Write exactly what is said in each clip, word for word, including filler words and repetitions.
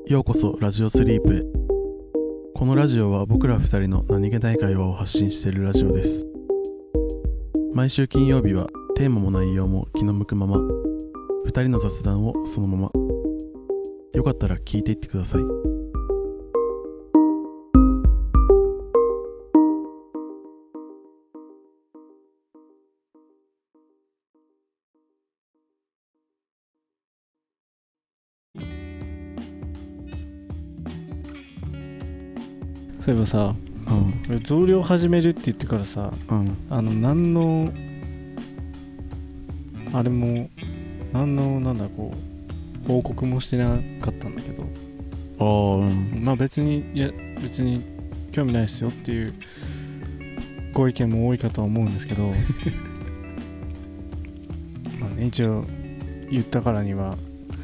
ようこそラジオスリープへ。このラジオは僕ら二人の何気ない会話を発信しているラジオです。毎週金曜日はテーマも内容も気の向くまま、二人の雑談をそのまま。よかったら聞いていってください。 そういえばさ、うん、俺増量始めるって言ってからさ、うん、あの何のあれも何のなんだこう報告もしてなかったんだけど、 あー、うん、 まあ別にいや別に興味ないですよっていうご意見も多いかとは思うんですけどまあね、一応言ったからには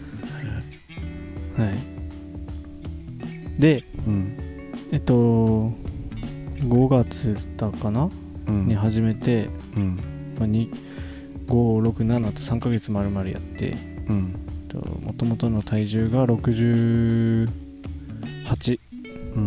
はいで、うんえっとごがつだかな、うん、に始めて、うんまあ、ご、ろく、ななとさんかげつ丸々やって、うん、もともとの体重がろくじゅうはち、うんうんうん、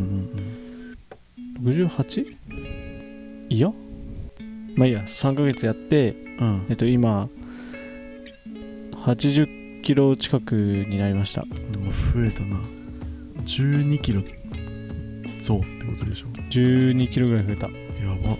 ろくじゅうはち? いやまあいいやさんかげつやって、うんえっと、今はちじゅっキロ近くになりました。でも増えたな。じゅうにキロそうってことでしょ。 じゅうにキロぐらい増えた。 やば。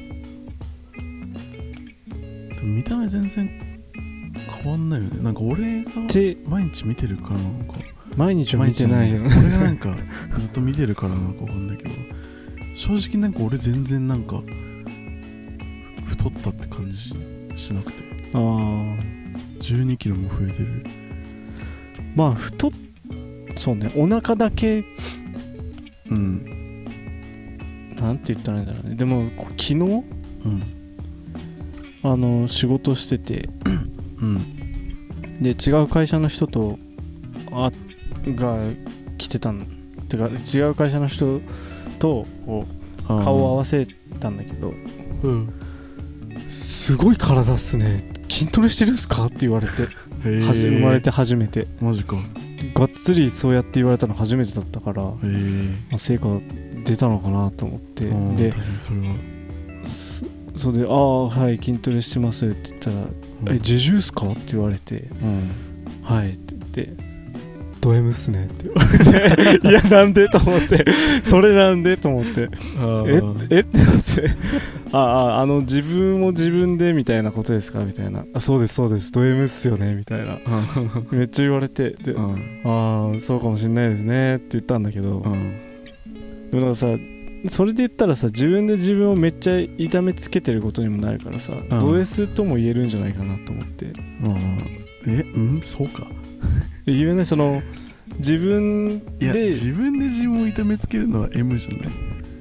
でも見た目全然変わんないよね。なんか俺が毎日見てるからなのか。 毎日は見てないよ。 俺がなんかずっと見てるからなのかわかんないけど、正直なんか俺全然なんか太ったって感じしなくて。ああ。じゅうにキロも増えてる。 まあ太っそうね。お腹だけうん。なんて言ったらいいんだろうね。でも昨日、うん、あの仕事してて、うん、で違う会社の人とあが来てたんてか違う会社の人とこう顔を合わせたんだけど、うん、すごい体っすね。筋トレしてるんすかって言われて、生まれて初めて。 マジか。 がっつりそうやって言われたの初めてだったから、まあ、成果出たのかなと思って、でそれはそそれで「ああはい筋トレしてます」って言ったら「うん、え自重っすか?」って言われて「うん、はい」って言って「ド M っすね」って言われて「いやなんで?」と思って「それなんで?」と思って「ええってなって「あああの自分も自分でみたいなことですか?」みたいな「あそうですそうですド M っすよね」みたいなめっちゃ言われてで、うん、ああそうかもしんないですねって言ったんだけど、うんでもなんかさそれで言ったらさ自分で自分をめっちゃ痛めつけてることにもなるからさ、うん、ド S とも言えるんじゃないかなと思って、うん、 えうんそうか言えないその自分でいや自分で自分を痛めつけるのは M じゃない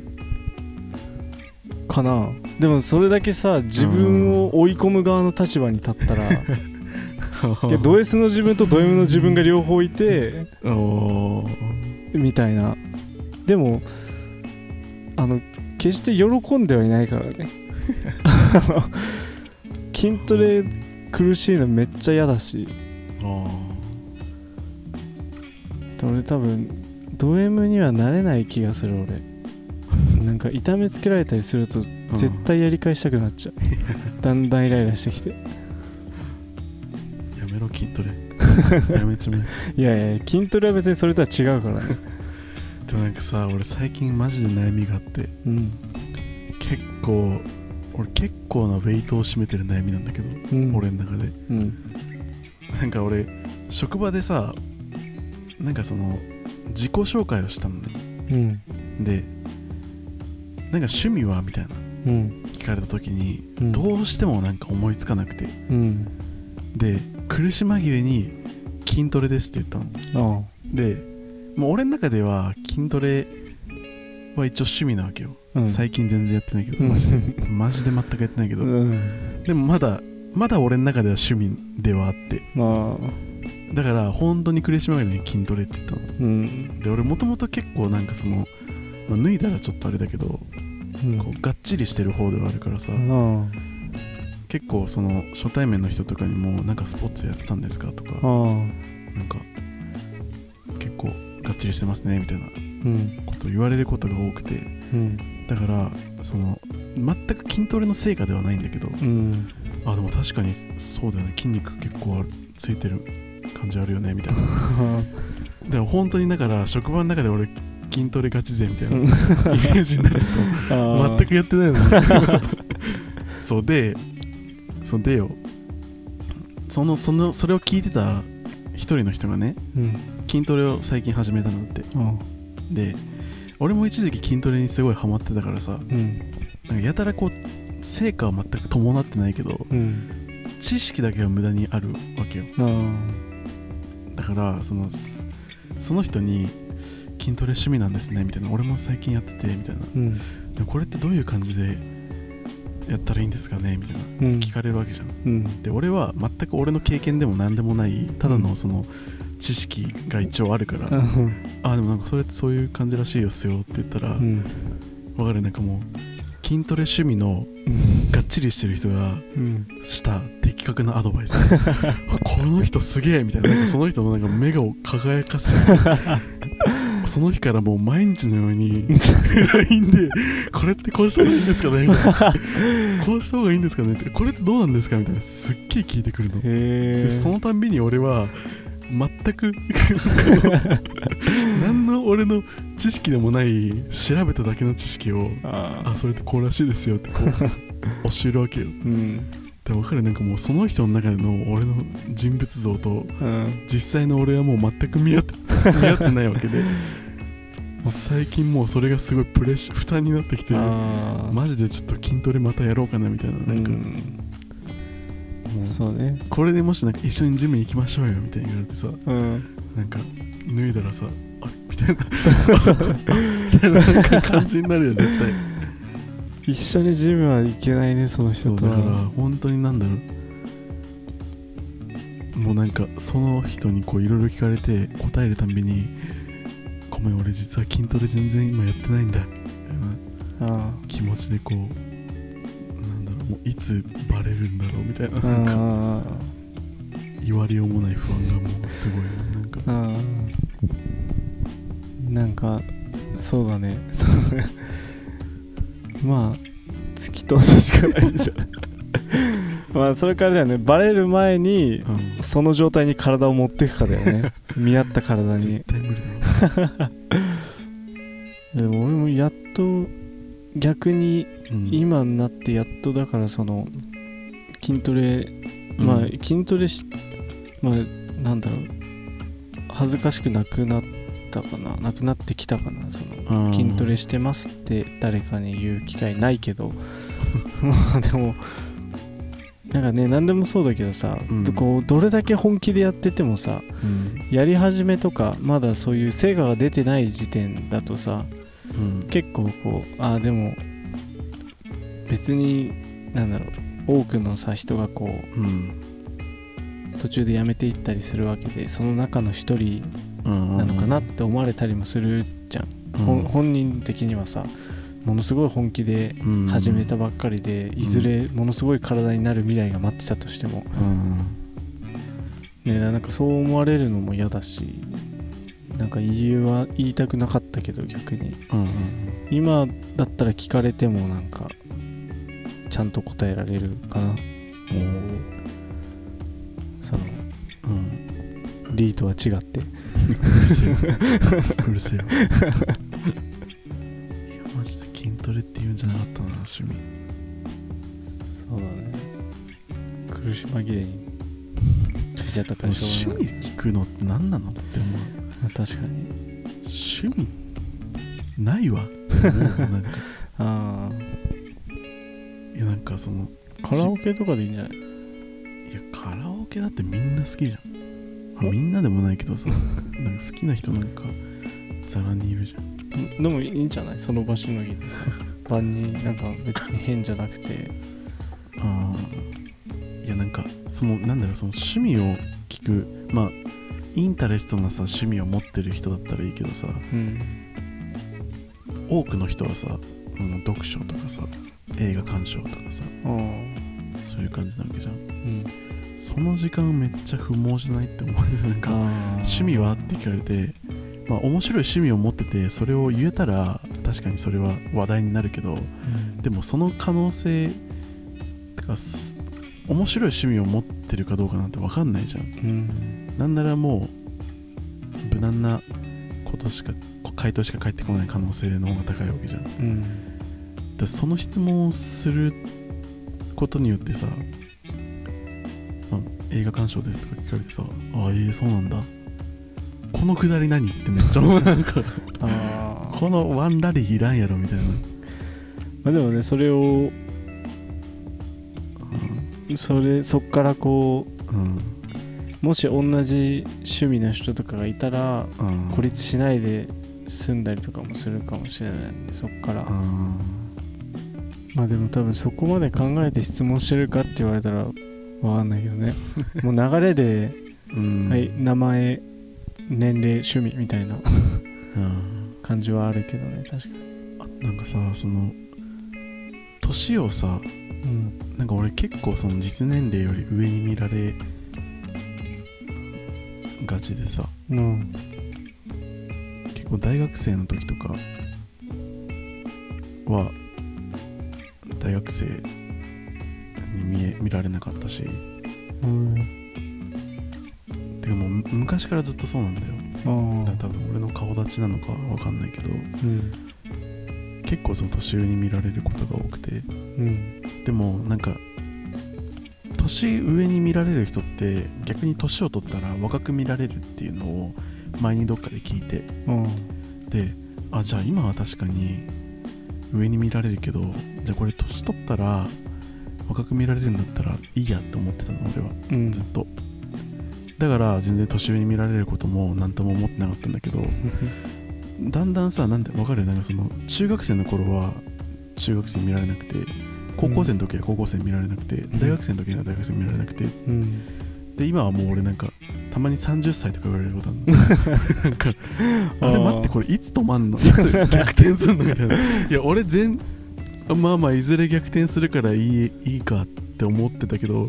かな。でもそれだけさ自分を追い込む側の立場に立ったらでド S の自分とド M の自分が両方いてみたいな。でもあの決して喜んではいないからね筋トレ苦しいのめっちゃ嫌だし、あ俺多分ド M にはなれない気がする。俺なんか痛めつけられたりすると絶対やり返したくなっちゃうだんだんイライラしてきてやめろ筋トレやめちまえ。 いやいや筋トレは別にそれとは違うからねでもなんかさ俺最近マジで悩みがあって、うん、結構俺結構なウェイトを占めてる悩みなんだけど、うん、俺の中で、うん、なんか俺職場でさなんかその自己紹介をしたのね、うん、でなんか趣味はみたいな、うん、聞かれた時に、うん、どうしてもなんか思いつかなくて、うん、で苦し紛れに筋トレですって言ったの。でもう俺の中では筋トレは一応趣味なわけよ、うん、最近全然やってないけどマジでマジで全くやってないけど、うん、でもまだまだ俺の中では趣味ではあって、あだから本当に苦し紛れに筋トレって言ったの、うん、で俺もともと結構なんかその、まあ、脱いだらちょっとあれだけど、うん、こうがっちりしてる方ではあるからさ、うん、結構その初対面の人とかにもなんかスポーツやってたんですかとか、うん、なんか結構がっちりしてますねみたいなことを言われることが多くて、うん、だからその全く筋トレの成果ではないんだけど、うん、あでも確かにそうだよね、筋肉結構ついてる感じあるよねみたいなだから本当にだから職場の中で俺筋トレガチ勢みたいなイメージになっちゃった全くやってないのそうでそうでよそのそのそれを聞いてた一人の人がね、うん、筋トレを最近始めたんだって、うん、で俺も一時期筋トレにすごいハマってたからさ、うん、なんかやたらこう成果は全く伴ってないけど、うん、知識だけは無駄にあるわけよ、うん、だからそのその人に筋トレ趣味なんですねみたいな、俺も最近やっててみたいな、うん、でもこれってどういう感じでやったらいいんですかねみたいな、うん、聞かれるわけじゃん、うん、で俺は全く俺の経験でも何でもないただのその知識が一応あるから、うん、あでもなんかそれってそういう感じらしいよっすよって言ったら、うん、分かる、なんかもう筋トレ趣味のがっちりしてる人がした的確なアドバイスこの人すげえみたいな、なんかその人のなんか目を輝かせちゃうその日からもう毎日のように ライン でこれってこうした方がいいんですかねみたいなこうした方がいいんですかねって、これってどうなんですかみたいな、すっげえ聞いてくるので、そのたんびに俺は全く何の俺の知識でもない調べただけの知識を あ, あそれってこうらしいですよってこう教えるわけよ、うん、で分かる、なんかもうその人の中での俺の人物像と、うん、実際の俺はもう全く見合って、見合ってないわけで最近もうそれがすごいプレッシャー負担になってきて、マジでちょっと筋トレまたやろうかなみたいな、なんか、うんそうね、これでもしなんか一緒にジム行きましょうよみたいに言われてさ、うん、なんか脱いだらさあれみたいなそうそうみたいななんか感じになるよ絶対一緒にジムは行けないねその人とは。 そうだから本当になんだろう、もうなんかその人にこういろいろ聞かれて答えるたびにごめん俺実は筋トレ全然今やってないんだみたいな気持ちでこうもういつバレるんだろうみたいな、なんか言われようもない不安がもうすごいなんかあなんかそうだねまあ突き通すしかないんじゃないまあそれからだよね、バレる前に、うん、その状態に体を持っていくかだよね見合った体に絶対無理だでも俺もやっと逆に今になってやっとだからその筋トレ、うん、まあ筋トレしまあなんだろう恥ずかしくなくなったかななくなってきたかな、その筋トレしてますって誰かに言う機会ないけどまあでもなんかね何でもそうだけどさ、うん、こうどれだけ本気でやっててもさ、うん、やり始めとかまだそういう成果が出てない時点だとさ、うん、結構こうああでも別になんだろう多くのさ人がこう、うん、途中でやめていったりするわけで、その中の一人なのかなって思われたりもするじゃん、うん、本人的にはさものすごい本気で始めたばっかりで、うん、いずれものすごい体になる未来が待ってたとしても、うんね、なんかそう思われるのも嫌だし、なんか言いは言いたくなかったけど逆に、うんうん、今だったら聞かれてもなんかちゃんと答えられるかな。その、うん、リーとは違ってうるせえようるせえよいやマジで筋トレって言うんじゃなかったな趣味。 そうだね、苦し紛れに出ちゃったからしょうがない。趣味聞くのって何なのって思う。 確かに趣味ないわなんかあいやなんかそのカラオケとかでいいんじゃない。 いやカラオケだってみんな好きじゃん。みんなでもないけどさなんか好きな人なんかザラにいるじゃん。 でもいいんじゃない、その場しのぎでさ晩になんか別に変じゃなくてああいやなんかそのなんだろうその趣味を聞くまあインタレストなさ趣味を持ってる人だったらいいけどさ、うん、多くの人はさ、うん、読書とかさ映画鑑賞とかさそういう感じなわけじゃん、うん、その時間めっちゃ不毛じゃないって思う。なんか趣味はって聞かれてまあ面白い趣味を持っててそれを言えたら確かにそれは話題になるけど、うん、でもその可能性てか面白い趣味を持ってるかどうかなんて分かんないじゃん、うん、なんならもう無難なことしか回答しか返ってこない可能性の方が高いわけじゃん、うん、だその質問をすることによってさ、まあ、映画鑑賞ですとか聞かれてさ、ああええー、そうなんだ、このくだり何ってめっちゃ思うなんかあこのワンラリーいらんやろみたいな。 まあでもねそれを、うん、それそっからこう、うん、もし同じ趣味の人とかがいたら、うん、孤立しないで済んだりとかもするかもしれないんでそっから、うん、まあでも多分そこまで考えて質問してるかって言われたらわかんないけどねもう流れで、うん、はい名前年齢趣味みたいな感じはあるけどね確かに。 あなんかさその年をさ、うん、なんか俺結構その実年齢より上に見られがちでさ、うん、結構大学生の時とかは大学生に 見, え見られなかったし、うん、てかもう昔からずっとそうなんだよ。だから多分俺の顔立ちなのかわかんないけど、うん、結構その年上に見られることが多くて、うん、でもなんか年上に見られる人って逆に年を取ったら若く見られるっていうのを前にどっかで聞いて、うん、であじゃあ今は確かに上に見られるけどじゃあこれ年取ったら若く見られるんだったらいいやって思ってたの俺は、うん、ずっとだから全然年上に見られることも何とも思ってなかったんだけどだんだんさなんで分かるなんかその中学生の頃は中学生に見られなくて高校生の時は高校生に見られなくて、うん、大学生の時は大学生に見られなくて、うん、で今はもう俺なんかたまにさんじゅっさいとか言われることあるのなんかあれ待ってこれいつ止まんのいつ逆転するのみたいないや俺全まあまあいずれ逆転するからいい、いいかって思ってたけど、うん、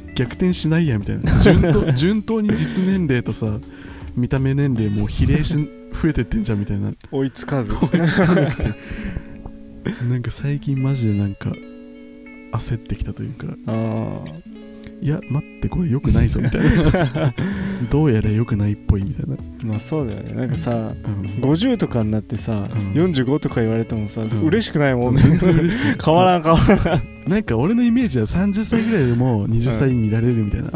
逆転しないやみたいな順当、順当に実年齢とさ見た目年齢もう比例し増えてってんじゃんみたいな追いつかず追いつかなくてなんか最近マジでなんか焦ってきたというかあいや待ってこれ良くないぞみたいなどうやら良くないっぽいみたいな。 まあそうだよねなんかさ、うん、ごじゅうとかになってさ、うん、よんじゅうごとか言われてもさ、うん、嬉しくないもんね変わらん変わらんなんか俺のイメージはさんじゅっさいぐらいでもはたちに見られるみたいな、うん、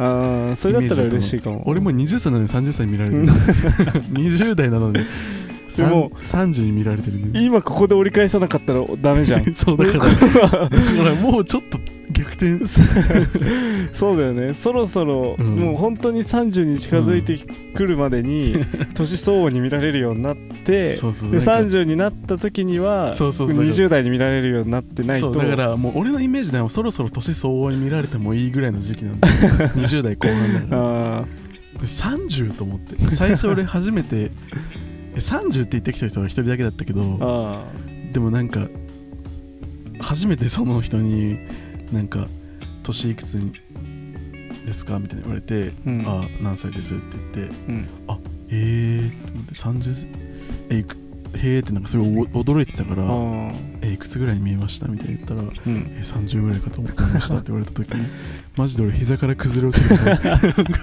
ああそれだったら嬉しいかも。 俺もはたちなのにさんじゅっさいに見られるにじゅう代なのにでもさんじゅうに見られてる、ね、 今ここで折り返さなかったらダメじゃんそうだからもうちょっと逆転そうだよねそろそろ、うん、もう本当にさんじゅうに近づいてくるまでに、うん、年相応に見られるようになってそうそうでさんじゅうになった時にはそうそうそうにじゅう代に見られるようになってないとそうだからもう俺のイメージではそろそろ年相応に見られてもいいぐらいの時期なんだにじゅう代後半だからあさんじゅうと思って最初俺初めてさんじゅうって言ってきた人は一人だけだったけどあでもなんか初めてその人になんか年いくつですかみたいに言われて、うん、あ何歳ですって言って、うん、あえーってさんじゅうえいくへーってなんかすごい驚いてたからえいくつぐらいに見えましたみたいに言ったら、うん、えさんじゅうぐらいかと思ってましたって言われた時にマジで俺膝から崩れ落ちてなんか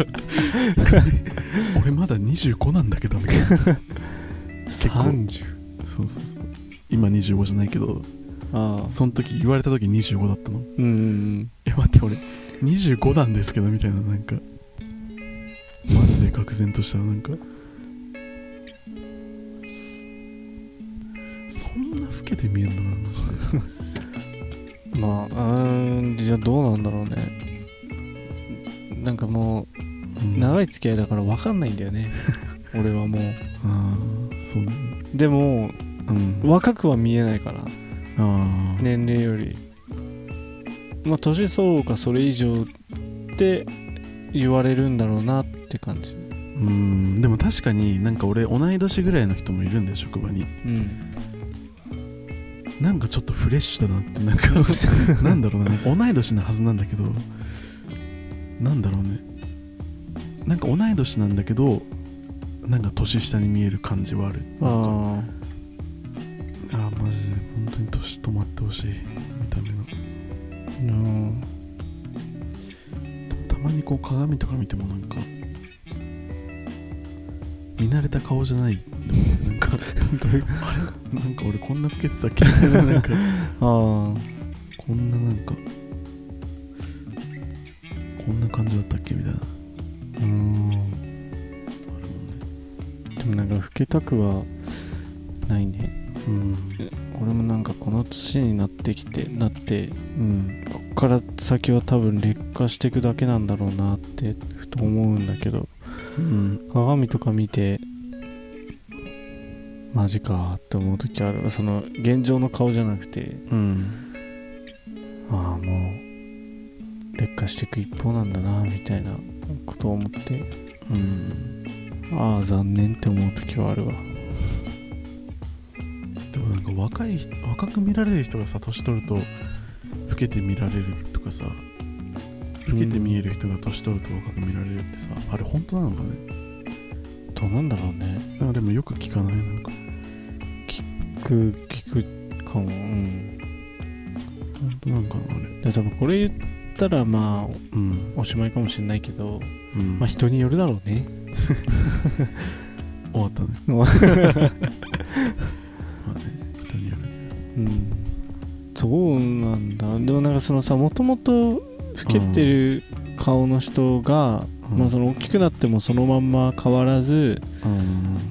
俺まだにじゅうごなんだけどみたいなさんじゅうそうそうそう今にじゅうごじゃないけどあその時言われた時にじゅうごだったの。うんうんうんえ待って俺にじゅうごなんですけどみたいななんかマジで愕然としたなんかそんな老けて見えんのかなマジでまあうーんじゃあどうなんだろうねなんかもう、うん、長い付き合いだから分かんないんだよね俺はもうあそうねでも、うん、若くは見えないからあ年齢よりまあ年相応かそれ以上って言われるんだろうなって感じ。 うんでも確かになんか俺同い年ぐらいの人もいるんだよ職場に、うん、なんかちょっとフレッシュだなってなんかなんだろうな同い年なはずなんだけどなんだろうねなんか同い年なんだけどなんか年下に見える感じはある。なんかああマジで本当に年止まってほしい、見た目の。うんたまにこう鏡とか見てもなんか見慣れた顔じゃないなんかあれなんか俺こんな老けてたっけなんかあこんななんかこんな感じだったっけみたいな。うーんあるもんね。 でもなんか老けたくはないね。うん、俺もなんかこの年になってきてなって、うん、こっから先は多分劣化していくだけなんだろうなってふと思うんだけど、うん、鏡とか見てマジかって思う時ある。その現状の顔じゃなくて、うん、ああもう劣化していく一方なんだなみたいなことを思って、うん、ああ残念って思う時はあるわ。 でもなんか若い若く見られる人がさ年取ると老けて見られるとかさ、老けて見える人が年取ると若く見られるってさ、あれ本当なのかね。 どうなんだろうね。 なんかでもよく聞かない。なんか聞く聞くかも。うん。 本当なんかなあれ。 で多分これ言ったらまあ、うん、おしまいかもしれないけど、うん、まあ人によるだろうね。 終わったね。 うん、そうなんだ。でもなんかそのさ、もともと老けてる顔の人が、うん、まあその大きくなってもそのまんま変わらず、うん、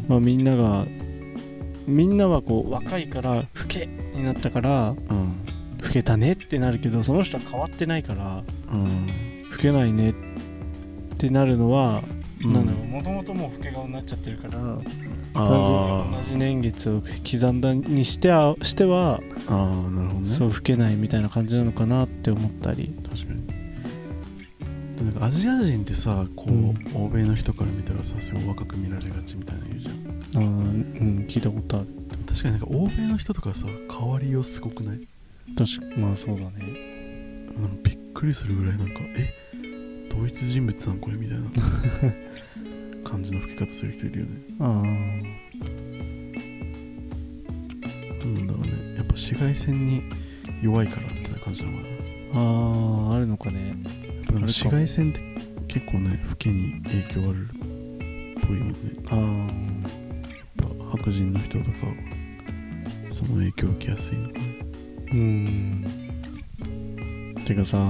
まあみんながみんなはこう若いから老けになったから、うん、老けたねってなるけど、その人は変わってないから、うん、老けないねってなるのは、うん、なんだろう、もともともう老け顔になっちゃってるから。同じ年月を刻んだにしては、してはあなるほど、ね、 そう老けないみたいな感じなのかなって思ったり。 確かに。でなんかアジア人ってさこう、うん、欧米の人から見たらさすごい若く見られがちみたいな言うじゃん。 あうん聞いたことある。 確かになんか欧米の人とかさ変わりようすごくない？ 確かまあそうだね。 なんびっくりするぐらいなんかえ同一人物なんこれみたいな感じの吹き方する人いるよね。ああ。なんだろうね。やっぱ紫外線に弱いからみたいな感じなのかな。 ああ、あるのかね。 やっぱなんか紫外線って結構ね、老けに影響あるっぽいよね。ああ。やっぱ白人の人とかはその影響を受けやすいのかな。うーん。てかさ、うん。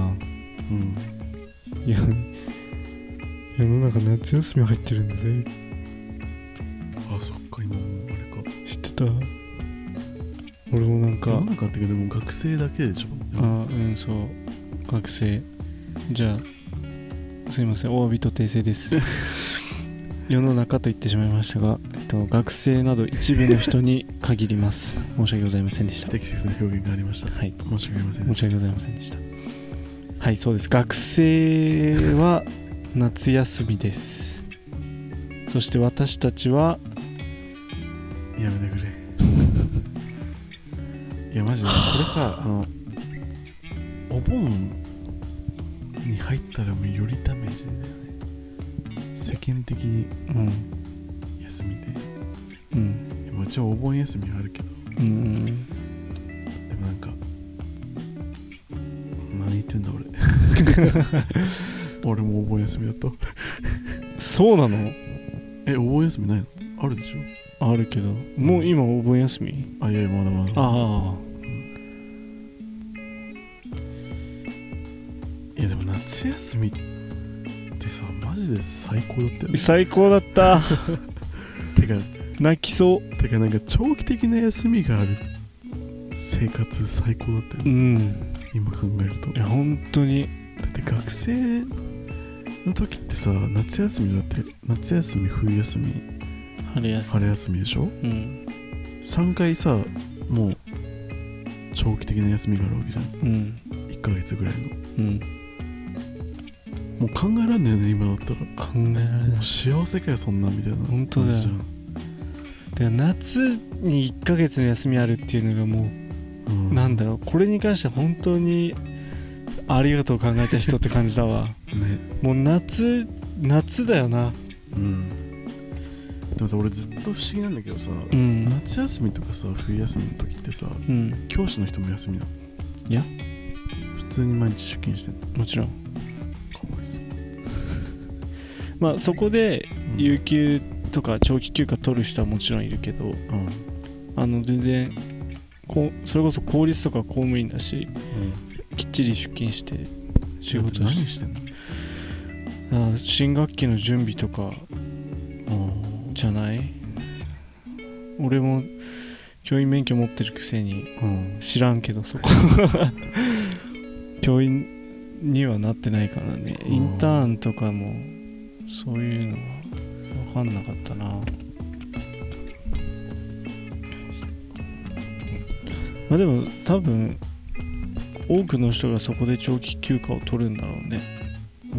いや。世の中夏休み入ってるんだぜ。 あ、そっか、今もうあれか。 知ってた？俺もなんか世の中ってけども学生だけでしょ。 あ、うんそう学生。じゃあすいません、お詫びと訂正です。世の中と言ってしまいましたが、えっと、学生など一部の人に限ります。申し訳ございませんでした。 適切な表現がありました。はい、申し訳ございませんでした。 申し訳ございませんでした。はい、そうです。学生は夏休みです。そして私たちはやめてくれ。いやマジでこれさ、あのお盆に入ったらもうよりダメージだよね。世間的に休みで、うん、もちろんお盆休みはあるけど、うん、でもなんか何言ってんだ俺。俺もお盆休みだった。 そうなの？ え、お盆休みないの？あるでしょ？ あるけど、もう今お盆休み？ あ、いやいやまだまだ。ああ、うん。いやでも夏休みってさ、マジで最高だったよね。 最高だった。 てか泣きそう。 てかなんか長期的な休みがある生活最高だったよね。うん。今考えると。 いや本当に。 だって学生の時ってさ、夏休みだって夏休み、冬休み、 春休み、 春休みでしょ、うん、さんかいさもう長期的な休みがあるわけじゃん、うん、いっかげつぐらいの、うん、もう考えらんないよね今だったら。 考えられない。もう幸せかよそんなみたいな。 本当だよ。で夏にいっかげつの休みあるっていうのがもう、うん、なんだろう、これに関しては本当にありがとう考えた人って感じだわ。ね、もう夏夏だよな。うん。 でもさ俺ずっと不思議なんだけどさ、うん、夏休みとかさ冬休みの時ってさ、うん、教師の人も休みなの？ いや普通に毎日出勤してんの？ もちろん。かわいそうまあそこで有給とか長期休暇取る人はもちろんいるけど、うん、あの全然こそれこそ公立とか公務員だし、うん、きっちり出勤して仕事して。 何してんの？ あ新学期の準備とかじゃない？俺も教員免許持ってるくせに、うん、知らんけどそこ教員にはなってないからね。インターンとかもそういうのは分かんなかったな。まあでも多分多くの人がそこで長期休暇を取るんだろうね。うん、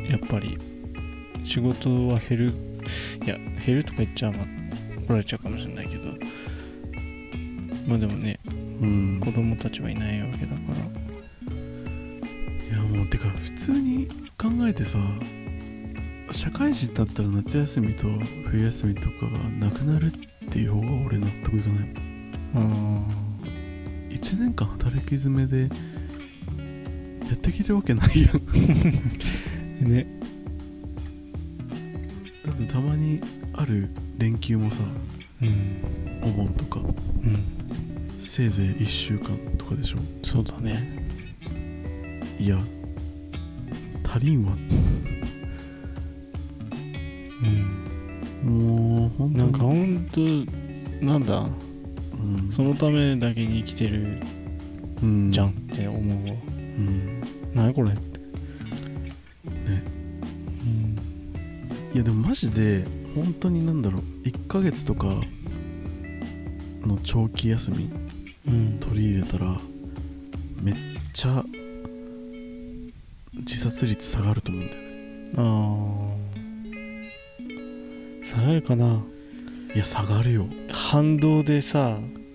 やっぱり仕事は減る、いや減るとか言っちゃう、まあ、怒られちゃうかもしれないけど、まあでもね、うん、子供たちはいないわけだから。 いやもうてか普通に考えてさ、社会人だったら夏休みと冬休みとかがなくなるっていう方が俺納得いかないもん。いちねんかん働き詰めでやってきるわけないやんね。 だってたまにある連休もさ、うん、お盆とか、うん、せいぜいいっしゅうかんとかでしょ。 そうだね。 いや足りんわうん、もうほんとなんかほんとなんだ、うん、そのためだけに生きてる、うん、じゃんって思うわ。うん、何これってね、 うん、いやでもマジで本当になんだろう、いっかげつとかの長期休み、うん、取り入れたらめっちゃ自殺率下がると思うんだよね。 ああ、下がるかな。 いや下がるよ。 反動でさ、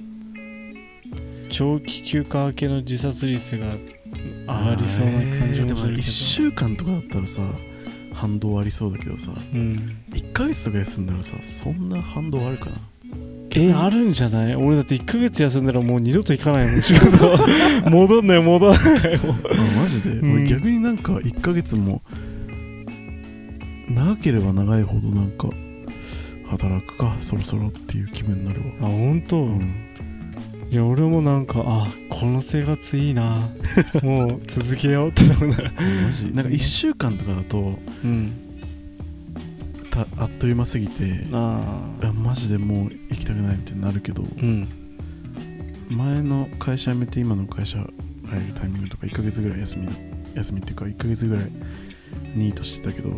長期休暇明けの自殺率が上がりそうな感じもするけど、えー、でもいっしゅうかんとかだったらさ反動ありそうだけどさ、うん、いっかげつとか休んだらさそんな反動あるかな。 えー、あるんじゃない？俺だっていっかげつ休んだらもう二度と行かないもん仕事戻んない戻んないもん。あマジで、うん、俺逆になんかいっかげつも長ければ長いほどなんか働くかそろそろっていう気分になるわ。 あ本当、うん、いや俺もなんかあこの生活いいなもう続けようってなるならマジなんかいっしゅうかんとかだと、うん、たあっという間すぎてああマジでもう行きたくないみたいになるけど、うん、前の会社辞めて今の会社入るタイミングとかいっかげつぐらい休み休みっていうかいっかげつぐらいニートしてたけど、うん、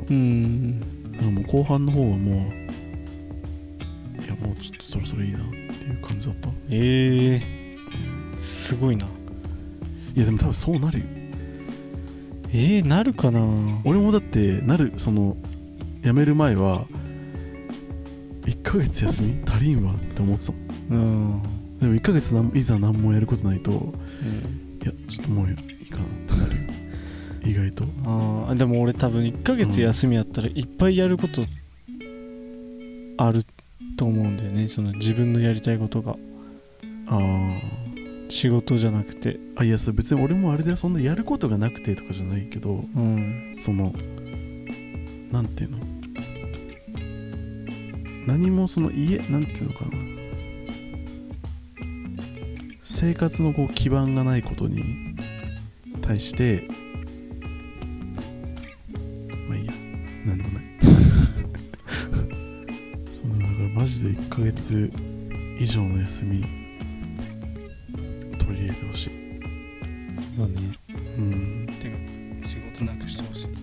なんかもう後半の方はもういやもうちょっとそろそろいいなっていう感じだった。 ええー、すごいな。 いやでも多分そうなるよ。 えー、なるかな。 俺もだってなる、その辞める前はいっかげつ休み足りんわって思ってたもん。うん、でもいっかげついざ何もやることないと、うん、いやちょっともういいかなってなるよ意外と。 あでも俺多分いっかげつ休みやったらいっぱいやることあると思うんだよね、その自分のやりたいことが。あ仕事じゃなくて。 あいやそれ別に俺もあれでそんなやることがなくてとかじゃないけど、うん、そのなんていうの何もその家なんていうのかな生活のこう基盤がないことに対してまあいいやなんでもないそのだからマジでいっかげつ以上の休み取り入れてほしい。 そうだね。うんてか仕事なくしてほしい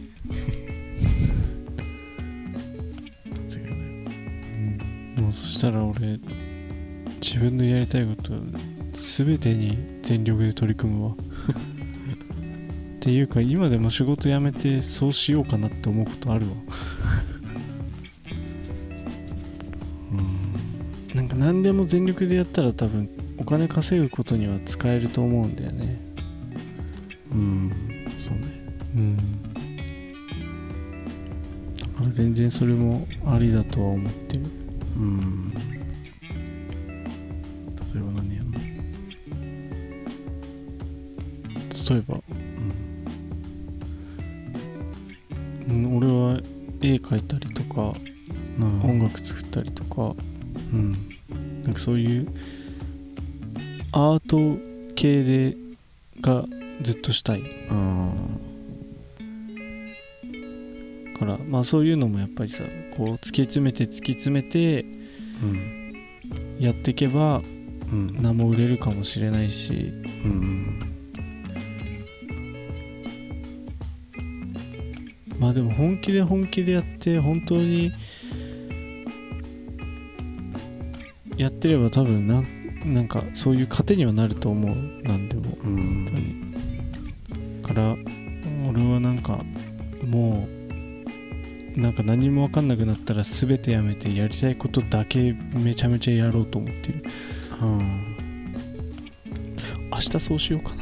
間違いない、 うん、もうそしたら俺自分のやりたいこと全てに全力で取り組むわっていうか今でも仕事辞めてそうしようかなって思うことあるわうんなんか何でも全力でやったら多分お金稼ぐことには使えると思うんだよね。 うんそうね。うんだから全然それもありだとは思ってる。 うん。例えば何やんの？ 例えば、うん、俺は絵描いたりとか、うん、音楽作ったりとか、うん、なんかそういうアート系でがずっとしたい、うん、からまあそういうのもやっぱりさ、こう突き詰めて突き詰めて、うん、やっていけば、うん、名も売れるかもしれないし、うん、まあでも本気で本気でやって本当にやってれば多分なんなんかそういう糧にはなると思う。なんでも、うん、本当に。から俺はなんかもうなんか何も分かんなくなったら全てやめてやりたいことだけめちゃめちゃやろうと思ってる。うん、明日そうしようかな。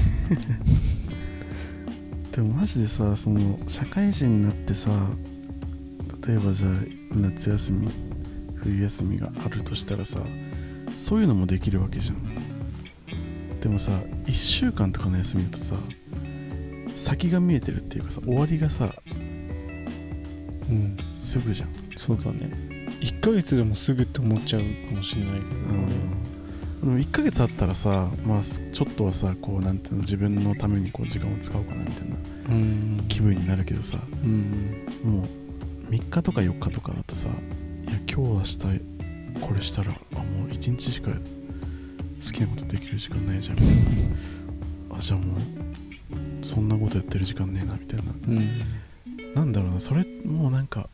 でもマジでさ、その社会人になってさ、例えばじゃあ夏休み冬休みがあるとしたらさ、そういうのもできるわけじゃん。でもさ、いっしゅうかんとかの休みだとさ、先が見えてるっていうかさ、終わりがさ、うん、すぐじゃん。 そうだね。いっかげつでもすぐって思っちゃうかもしれないけど、 うん、いっかげつあったらさ、まあちょっとはさ、こうなんていうの、自分のためにこう時間を使おうかなみたいな気分になるけどさ、うん、もうみっかとかよっかとかだとさ、いや今日明日これしたら、あ、もういちにちしか好きなことできる時間ないじゃんみたいな。あ、じゃあもうそんなことやってる時間ねえなみたいな、うん、なんだろうな、それもうなんか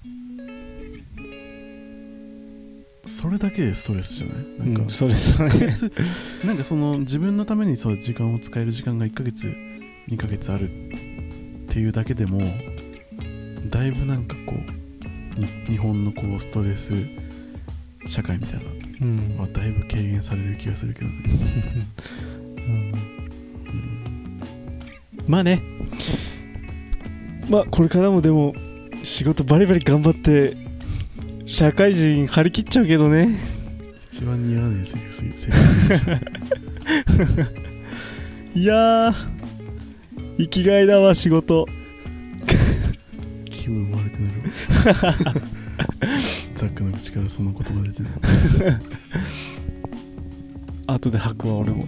それだけでストレスじゃない？なんか、うん、 ストレスだね。 なんかその自分のためにそう時間を使える時間がいっかげつにかげつあるっていうだけでもだいぶなんかこう日本のこうストレス社会みたいな、うん、まあ、だいぶ軽減される気がするけどね。うんうん、 まあね、まあこれからもでも仕事バリバリ頑張って社会人張り切っちゃうけどね。 一番似合わないセリフすぎる。 いやー生きがいだわ仕事。 気分悪くなる。ザックの口からその言葉出てる。 後で吐くわ俺も。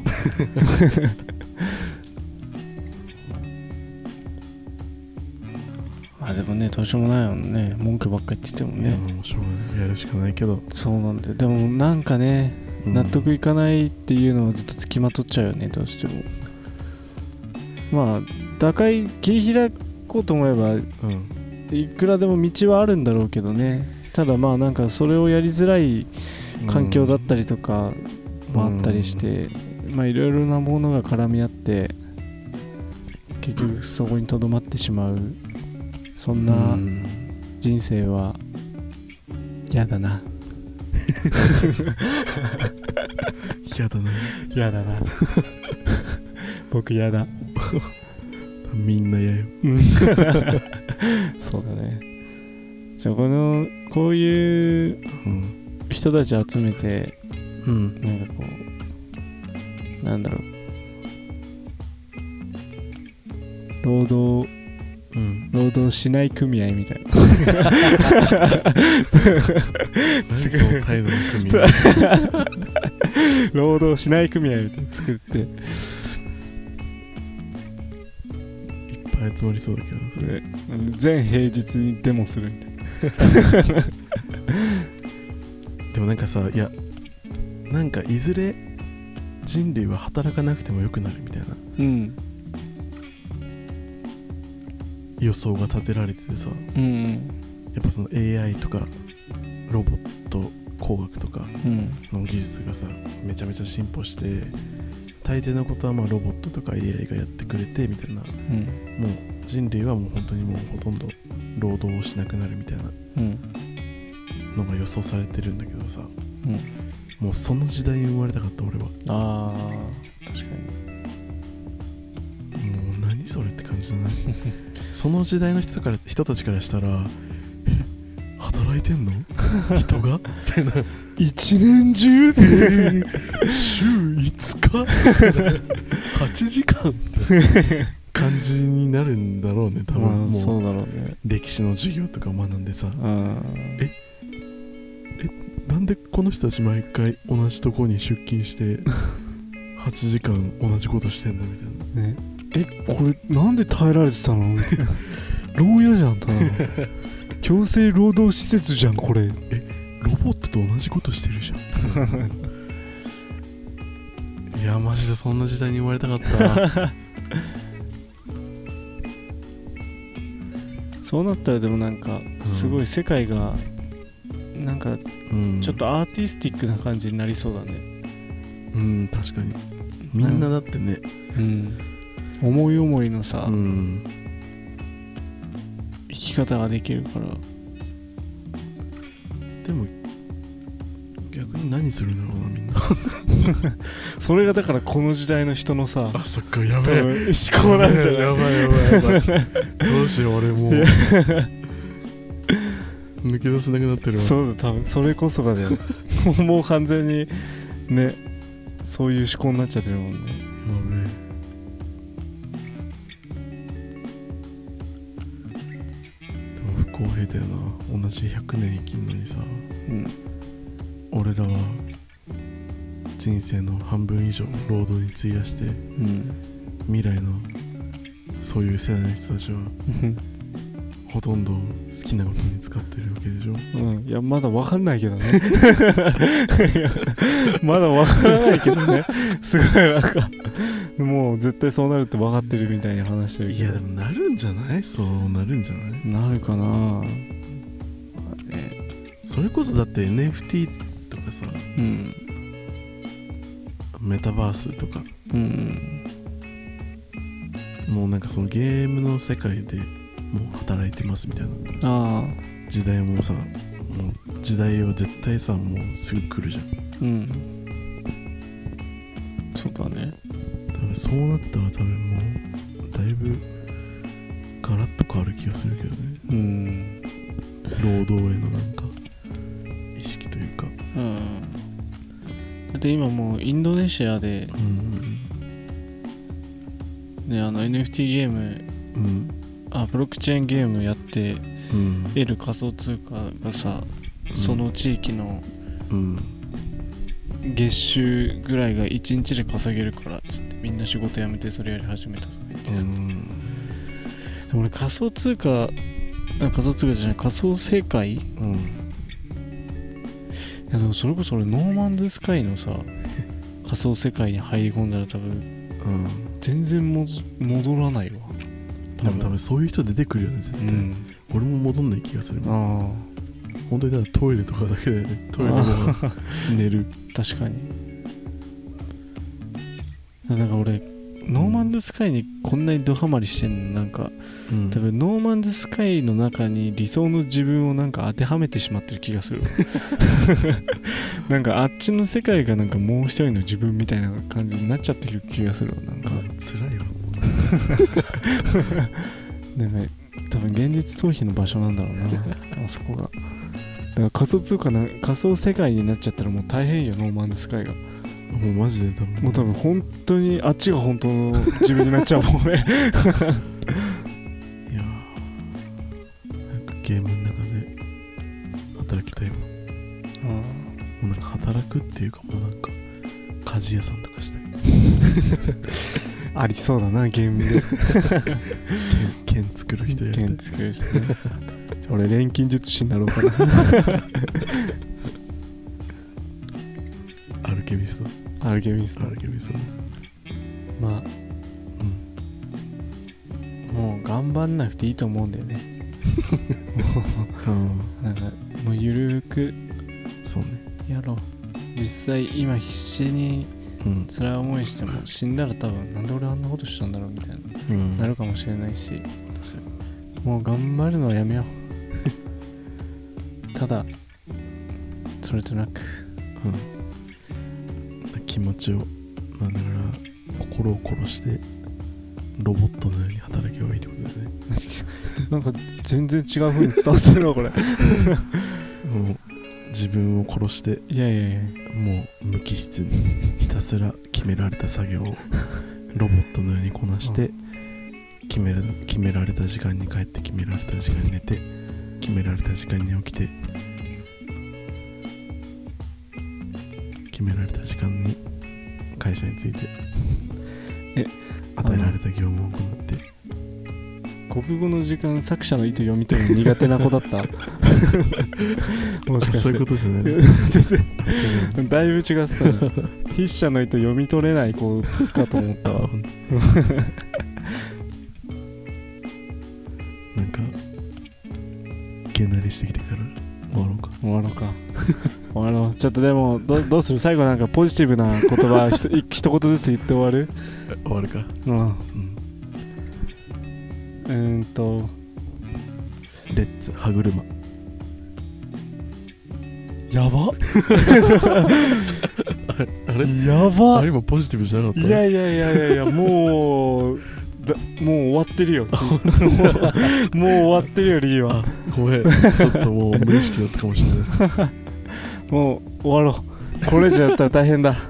まあでもね、どうしようもないもんね。文句ばっかり言っててもね。 もうしょうがない、やるしかないけど。 そうなんだよ。でもなんかね、うん、納得いかないっていうのはずっとつきまとっちゃうよね、どうしても。まあ打開切り開こうと思えば、うん、いくらでも道はあるんだろうけどね。ただまあなんかそれをやりづらい環境だったりとかもあったりして、うん、まあいろいろなものが絡み合って結局そこにとどまってしまう、そんな人生は嫌だな。 嫌だな。 嫌だな。僕嫌だ。 みんな嫌よ。 そうだね。じゃあこのこういう人たち集めて、うん、なんかこうなんだろう、労働、うん、労働しない組合みたいな。 すごい態度の組合。 労働しない組合みたいな作って。 集まりそうだけど、それ全平日にデモするみたいな。 でもなんかさ、いやなんかいずれ人類は働かなくてもよくなるみたいな、うん、予想が立てられててさ、うんうん、やっぱその エーアイ とかロボット工学とかの技術がさ、めちゃめちゃ進歩して、大抵のことはまあロボットとか エーアイ がやってくれてみたいな、うん、もう人類はもう本当にもうほとんど労働をしなくなるみたいなのが予想されてるんだけどさ、うん、もうその時代に生まれたかった俺は。 あー確かに。もう何それって感じだな。その時代の人から人たちからしたら働いてんの人がってな一年中で週いつかはちじかんって感じになるんだろうね多分。 まあ、 もうそうだろうね。 歴史の授業とか学んでさ、 ええなんでこの人たち毎回同じとこに出勤してはちじかん同じことしてんだみたいな、ね、 えこれなんで耐えられてたのみたいな牢屋じゃんただの強制労働施設じゃんこれ。 えロボットと同じことしてるじゃんいやマジでそんな時代に生まれたかったそうなったらでもなんかすごい世界がなんかちょっとアーティスティックな感じになりそうだね。 うん、うん、確かにみんなだってね、 うん、思い思いのさ、うん、生き方ができるから。 でも逆に何するんだろうなみんなそれがだからこの時代の人のさ、 あそっかやばい思考なんじゃない？ やばいやばいやばいどうしよう俺もう抜け出せなくなってるわ。 そうだ多分それこそがだよもう完全にねそういう思考になっちゃってるもんね。やべえ。 でも不公平だよな。同じひゃくねん生きんのにさ、うん、俺らは人生の半分以上労働に費やして、うん、未来のそういう世代の人たちはほとんど好きなことに使ってるわけでしょ。 うん、いやまだ分かんないけどねいやまだ分からないけどねすごいなんかもう絶対そうなるって分かってるみたいに話してるけど。 いやでもなるんじゃない？そうなるんじゃない？ なるかな、まあね、それこそだって エヌエフティー とかさ、うん、メタバースとか、うん、もうなんかそのゲームの世界でもう働いてますみたいなあ時代もさ、もう時代は絶対さもうすぐ来るじゃん。うん。 そうだね。 多分そうなったら多分もうだいぶガラッと変わる気がするけどね。うん。労働へのなんか意識というか。うん。 だって今もうインドネシアで、うん、ねあの エヌエフティー ゲーム、うん、あブロックチェーンゲームやって、うん、得る仮想通貨がさ、うん、その地域の、うん、月収ぐらいがいちにちで稼げるからっつってみんな仕事辞めてそれやり始めたとか言ってさ、うん、でも俺仮想通貨仮想通貨じゃない仮想世界、うん、いやでもそれこそ俺ノーマンズスカイのさ仮想世界に入り込んだら多分、うん、全然も戻らないわ。 多分多分そういう人出てくるよね絶対、うん、俺も戻んない気がする。あ本当にだからトイレとかだけで、ね、トイレで寝る確かに。なんか俺ノーマンズスカイにこんなにドハマりしてんのなんか、うん、多分ノーマンズスカイの中に理想の自分をなんか当てはめてしまってる気がするなんかあっちの世界がなんかもう一人の自分みたいな感じになっちゃってる気がするわ。なんか辛いわでも多分現実逃避の場所なんだろうなあそこが。だから仮想通貨な仮想世界になっちゃったらもう大変よノーマンズスカイが。 もうマジで多分もう多分本当にあっちが本当の自分になっちゃうもんねいやーなんかゲームの中で働きたいもん。あもうなんか働くっていうかもうなんか鍛冶屋さんとかしたいありそうだなゲームで剣作る人やりたい。 剣作る人ね俺錬金術師になろうかなアルケミストアルケミストアルケミストまあ、うん、もう頑張んなくていいと思うんだよねうん、なんかもうゆるくそうねやろう。実際今必死に辛い思いしても死んだら多分なんで俺あんなことしたんだろうみたいな、うん、なるかもしれないしもう頑張るのはやめようただそれとなく、 うん、気持ちをまあだから心を殺してロボットのように働けばいいってことだよねなんか全然違う風に伝わってるわこれもう自分を殺していやいやいやもう無機質にひたすら決められた作業をロボットのようにこなして決めら、決められた時間に帰って決められた時間に寝て決められた時間に起きて決められた時間に会社に着いてえ与えられた業務を行って国語の時間作者の意図読み取るの苦手な子だったもしかしてそういうことじゃない全然だいぶ違ってた筆者の意図読み取れない子かと思ったわなんかげなりしてきてから終わろうか終わろうか終わろうちょっとでも ど, どうする最後なんかポジティブな言葉ひと一言ずつ言って終わる終わるかうん、うんうーんとレッツ歯車やばあれやばあれ今ポジティブじゃなかったいやいやいやいやいやもうだもう終わってるよもうもう終わってるよリーはごめんちょっともう無意識だったかもしれないもう終わろうこれ以上やったら大変だ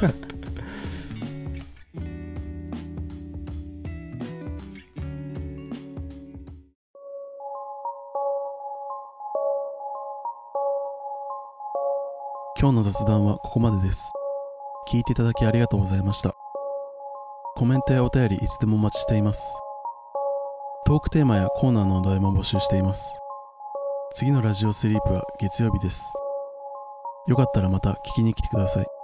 今日の雑談はここまでです。聞いていただきありがとうございました。コメントやお便りいつでもお待ちしています。トークテーマやコーナーのお題も募集しています。次のラジオスリープは月曜日です。よかったらまた聞きに来てください。